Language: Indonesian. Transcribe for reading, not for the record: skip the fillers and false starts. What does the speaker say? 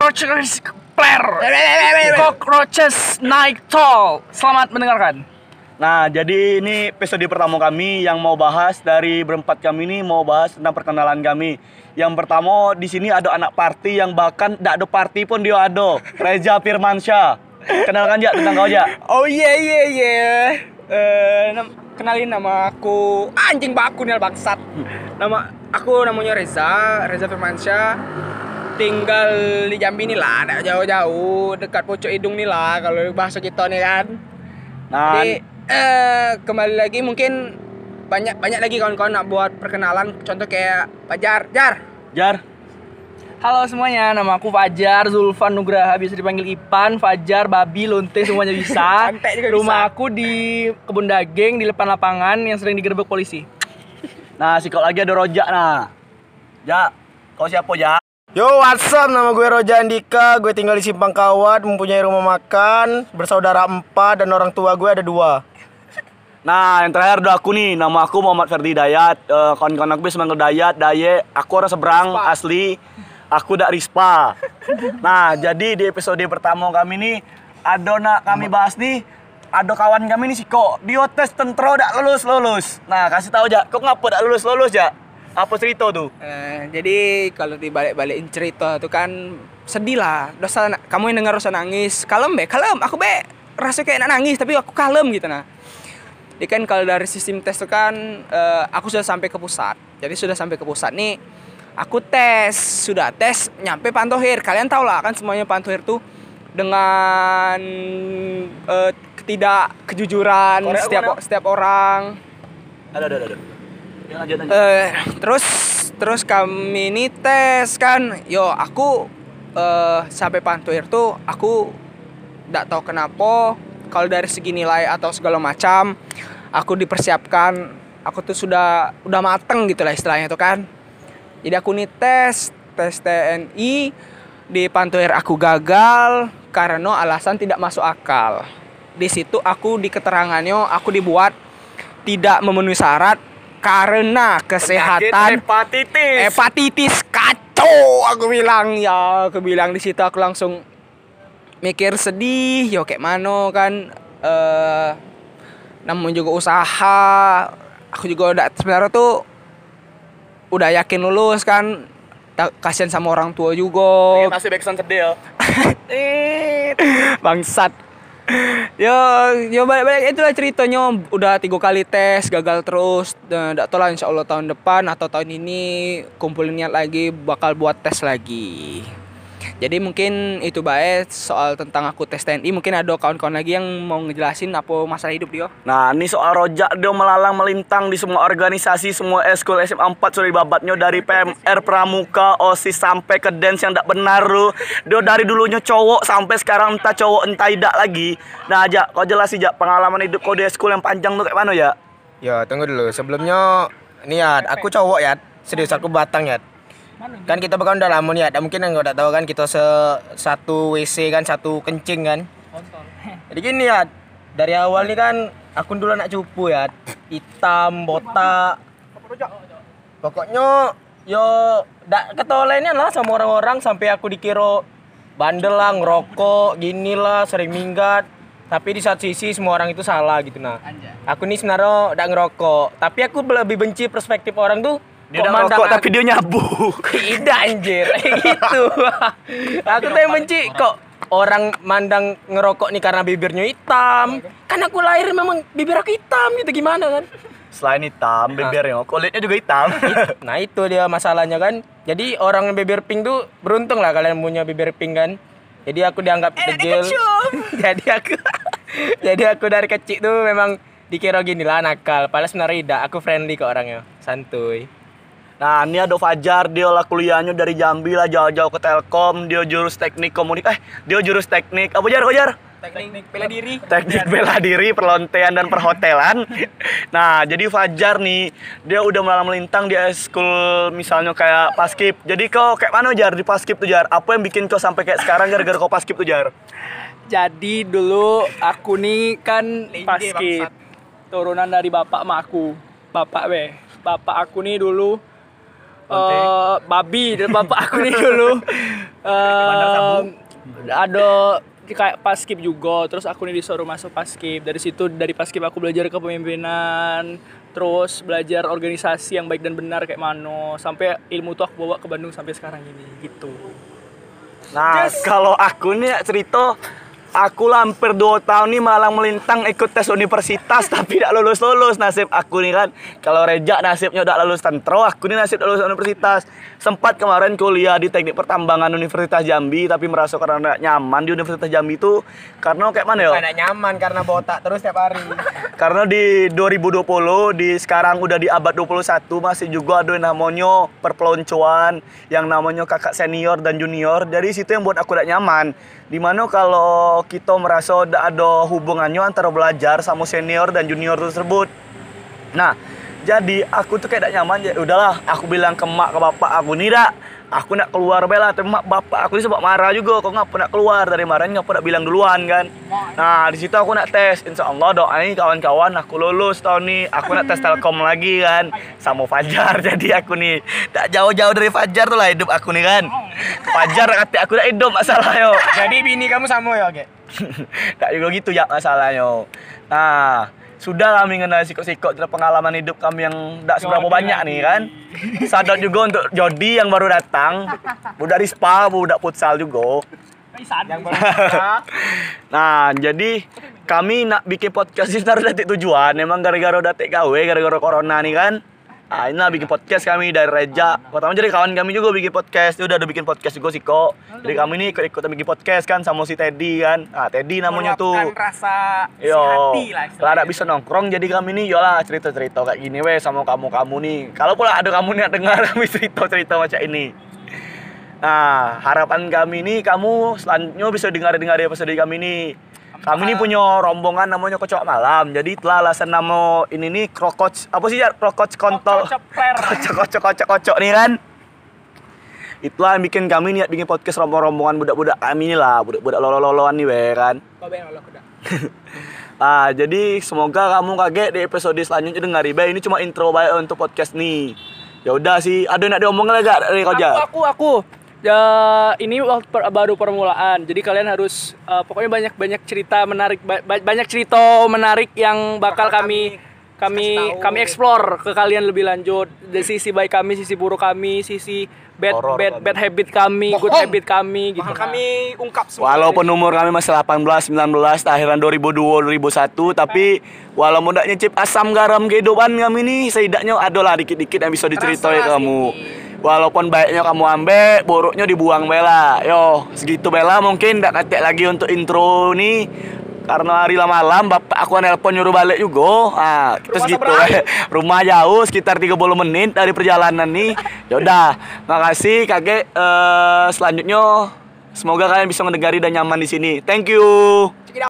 Cockroaches Cockroaches naik tol. Selamat mendengarkan. Nah, jadi ini episode pertama kami yang mau bahas dari berempat kami ini mau bahas tentang perkenalan kami. Yang pertama di sini ada anak party yang bahkan tidak ada party pun dia ada. Reza Firmansyah. Kenalkan ya tentang kau ya. Oh iya. Kenalin nama aku. Anjing baku nih bangsat. Namanya Reza Firmansyah. Tinggal di Jambi nih lah, tidak jauh-jauh, dekat Pucuk Hidung nih lah kalau bahasa kita nih kan. Nah, Jadi kembali lagi mungkin banyak lagi kawan-kawan nak buat perkenalan, contoh kayak Fajar. Jar. Halo semuanya, nama aku Fajar Zulfan Nugraha, bisa dipanggil Ipan, Fajar, Babi, Lonte, semuanya bisa. Santai juga Rumah bisa. aku di Kebun Daging di depan lapangan yang sering digerebek polisi. Nah, si kau lagi ada Rojak nah. Ja, kau siapa Ja? Yo, what's up? Nama gue Roja Andika. Gue tinggal di Simpang Kawat, mempunyai rumah makan, bersaudara 4 dan orang tua gue ada 2. Nah, yang terakhir udah aku nih. Nama aku Muhammad Ferdi Dayat. Kawan-kawan aku bisa manggil Dayat, Daye. Aku orang seberang asli. Aku dak Rispa. Nah, jadi di episode pertama kami nih ada nak kami bahas nih. Ada kawan kami nih si Kok. Dia tes tentara dak lulus. Nah, kasih tahu Ja, kok ngapa dak lulus Ja? Apa cerita tuh? Jadi kalau dibalik-balikin cerita itu kan sedih lah. Kamu yang dengar rasa nangis, kalem. Aku rasa kayak nak nangis tapi aku kalem gitu nah. Jadi kan kalau dari sistem tes itu kan aku sudah sampai ke pusat. Jadi sudah sampai ke pusat nih, aku sudah tes nyampe Pantohir. Kalian tahu lah kan semuanya Pantohir tuh dengan ketidakkejujuran setiap orang. Ada. Ya, lanjut. Terus kami ini tes kan. Aku sampai Pantohir tuh aku nggak tahu kenapa kalau dari segi nilai atau segala macam aku dipersiapkan, aku tuh udah mateng gitu lah istilahnya tuh kan. Jadi aku nih tes TNI di Pantohir aku gagal karena alasan tidak masuk akal. Di situ aku di keterangannya aku dibuat tidak memenuhi syarat karena kesehatan hepatitis kacau. Aku bilang di situ aku langsung mikir sedih, kayak mana kan. Namun juga usaha, aku juga sebenarnya tuh udah yakin lulus kan. Kasian sama orang tua juga. Masih backsound sedih ya. Bangsat. Yo balik itulah ceritanya. Udah 3 kali tes gagal terus. Nggak tahu lah, insya Allah tahun depan atau tahun ini kumpulin niat lagi bakal buat tes lagi. Jadi mungkin itu baik soal tentang aku tes TNI. Mungkin ada kawan-kawan lagi yang mau ngejelasin apa masalah hidup dia. Nah, ini soal Rojak, dia melalang melintang di semua organisasi, semua eskul SMA 4 sudah dibabatnya dari PMR Pramuka, OSIS sampai ke dance yang tak benar lu. Dia dari dulunya cowok sampai sekarang entah cowok entah tidak lagi. Nah, Ja, kau jelasin Ja, pengalaman hidup kau di eskul yang panjang tuh kayak mana ya? Ya, tunggu dulu. Sebelumnya, nih ya, aku cowok ya. Serius, aku batang ya. Kan kita bahkan udah lama nih ya. Mungkin yang nggak tahu kan kita satu WC kan, satu kencing kan. Jadi gini ya, dari awal nih kan aku dulu anak cupu ya. Hitam, botak. Pokoknya ndak ketolennya lah sama orang-orang sampai aku dikira bandel lah, ngerokok, gini lah, sering minggat. Tapi di satu sisi semua orang itu salah gitu nah. Aku nih sebenarnya ndak ngerokok, tapi aku lebih benci perspektif orang tuh. Dia udah ngerokok tapi dia nyabu. Tidak anjir, gitu. Aku tuh yang benci kok orang mandang ngerokok nih karena bibirnya hitam. Kan aku lahir memang bibir aku hitam gitu, gimana kan? Selain hitam, bibirnya, kulitnya juga hitam. Nah itu dia masalahnya kan. Jadi orang yang bibir pink tuh beruntung lah kalian punya bibir pink kan. Jadi aku dianggap kecil. Jadi aku dari kecil tuh memang dikira gini lah nakal. Padahal sebenarnya tidak, aku friendly ke orangnya, santuy. Nah, ini ada Fajar, dia lah kuliahnya dari Jambi lah, jauh-jauh ke Telkom, dia jurus teknik dia jurus teknik, apa Fajar? Teknik bela diri. Teknik bela diri, perlontean dan perhotelan. Nah, jadi Fajar nih, dia udah melalang melintang di eskul misalnya kayak Paskib. Jadi kau kayak mana Jar di Paskib tuh Jar? Apa yang bikin kau sampai kayak sekarang gara-gara kau Paskib tuh Jar? Jadi dulu aku nih kan Paskib, turunan dari bapak sama aku. Bapak aku nih dulu babi, dan bapak aku nih dulu Ada kayak paskib juga, terus aku nih disuruh masuk paskib. Dari situ, dari paskib aku belajar kepemimpinan, terus belajar organisasi yang baik dan benar kayak mano, sampai ilmu tuh aku bawa ke Bandung sampai sekarang ini gitu. Nah, kalau aku nih cerita, aku hampir 2 tahun nih malang melintang ikut tes universitas tapi tidak lulus nasib aku nih kan. Kalau Reja nasibnya udah lulus tentro, aku nih nasib lulus universitas. Sempat kemarin kuliah di Teknik Pertambangan Universitas Jambi, tapi merasa karena nyaman di Universitas Jambi itu karena kayak mana ya? Karena nyaman, karena botak terus tiap hari. Karena di 2020, di sekarang udah di abad 21 masih juga ada yang namanya perpeloncoan, yang namanya kakak senior dan junior. Dari situ yang buat aku tidak nyaman. Dimana kalau kita merasa ada hubungannya antara belajar sama senior dan junior tersebut. Nah, jadi aku tuh kayak tidak nyaman. Ya udahlah, aku bilang ke mak ke bapak aku nih aku nak keluar bela. Tapi mak bapak aku ini sebab marah juga. Kok ngapa nak keluar dari marahnya, ngapa nak bilang duluan kan? Nah, di situ aku nak tes. Insya Allah doain kawan-kawan aku lulus tahun ini. Aku nak tes Telkom lagi kan, sama Fajar. Jadi aku nih tak jauh-jauh dari Fajar tuh lah hidup aku nih kan. Fajar kata aku nak hidup masalahnya. Jadi bini kamu sama ya, Ge? Tak juga gitu ya masalahnya. Nah, sudah kami mengenal sikok-sikok dari pengalaman hidup kami yang tidak seberapa banyak nih kan. Sadar juga untuk Jody yang baru datang, budak Rispa, budak futsal juga. Nah, jadi kami nak bikin podcast ini harus datik tujuan. Emang gara-gara datik gawe, gara-gara corona nih kan. Nah, ini lah bikin podcast kami dari Reja. Pertama jadi kawan kami juga bikin podcast. Dia udah bikin podcast juga sih kok. Jadi kami ini ikut-ikutan bikin podcast kan sama si Teddy kan. Ah, Teddy namanya tuh. Rasa Yo, hati lah kalau ada bisa nongkrong jadi kami nih yolah cerita-cerita kayak gini weh sama kamu-kamu nih. Kalau pula ada kamu nih yang dengar kami cerita-cerita macam ini. Nah, harapan kami nih kamu selanjutnya bisa dengar-dengar episode kami nih. Kami ini punya rombongan namanya Kocok Malam. Jadi telah alasan nama ini nih Krokoc. Apa sih ya? Krokoc kontol. Kocok nih kan. Itulah yang bikin kami niat bikin podcast rombongan budak-budak kami nih lah. Budak-budak lolo-loloan nih weh kan. Ah, jadi semoga kamu kaget di episode selanjutnya dengar Iba. Ini cuma intro baik untuk podcast nih. Ya udah sih, ada yang nak diomong lagi gak dari Koja? Aku. Ya, ini baru permulaan. Jadi kalian harus pokoknya banyak cerita menarik, banyak cerita menarik yang bakal kami explore ke kalian lebih lanjut. Dari sisi baik kami, sisi buruk kami, sisi bad habit kami, good habit kami gitu. Kami ungkap semua. Walaupun umur kami masih 18, 19, akhiran 2002, 2001, tapi walaupun tidak nyicip asam garam kehidupan kami nih, setidaknya adalah dikit-dikit yang bisa diceritain kamu. Walaupun baiknya kamu ambil, buruknya dibuang bela. Yo, segitu bela mungkin tidak katek lagi untuk intro nih. Karena hari malam bapak aku nelpon nyuruh balik juga. Ah, terus gitu. Rumah jauh sekitar 30 menit dari perjalanan nih. Ya udah, makasih kakek. Selanjutnya semoga kalian bisa mendengari dan nyaman di sini. Thank you.